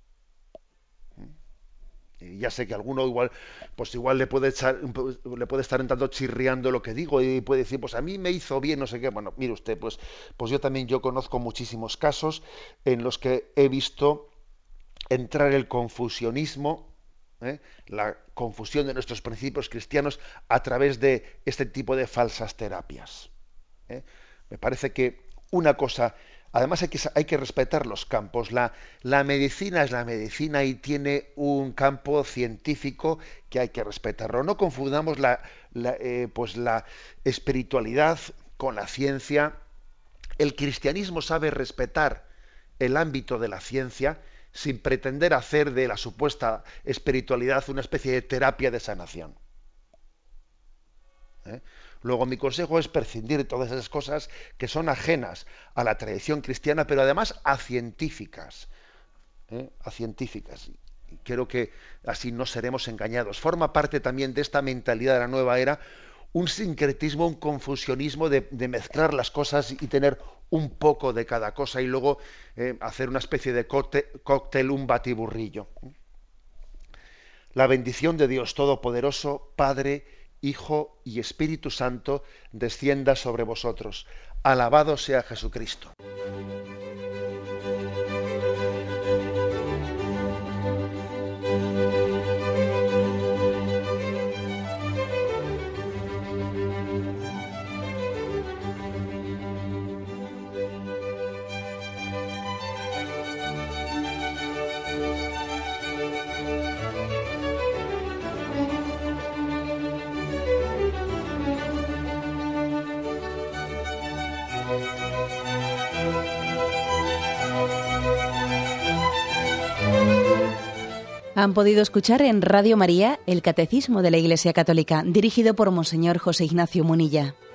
Y ya sé que alguno igual le puede estar un tanto chirriando lo que digo y puede decir, pues a mí me hizo bien, no sé qué. Bueno, mire usted, pues yo conozco muchísimos casos en los que he visto entrar el confusionismo, la confusión de nuestros principios cristianos a través de este tipo de falsas terapias. Me parece que una cosa, además hay que respetar los campos. La medicina es la medicina y tiene un campo científico que hay que respetarlo. No confundamos la espiritualidad con la ciencia. El cristianismo sabe respetar el ámbito de la ciencia sin pretender hacer de la supuesta espiritualidad una especie de terapia de sanación. Luego mi consejo es prescindir de todas esas cosas que son ajenas a la tradición cristiana, pero además a científicas. Y creo que así no seremos engañados. Forma parte también de esta mentalidad de la nueva era un sincretismo, un confusionismo de mezclar las cosas y tener un poco de cada cosa y luego hacer una especie de cóctel, un batiburrillo. La bendición de Dios Todopoderoso, Padre, Hijo y Espíritu Santo, descienda sobre vosotros. Alabado sea Jesucristo. Han podido escuchar en Radio María el Catecismo de la Iglesia Católica, dirigido por Monseñor José Ignacio Munilla.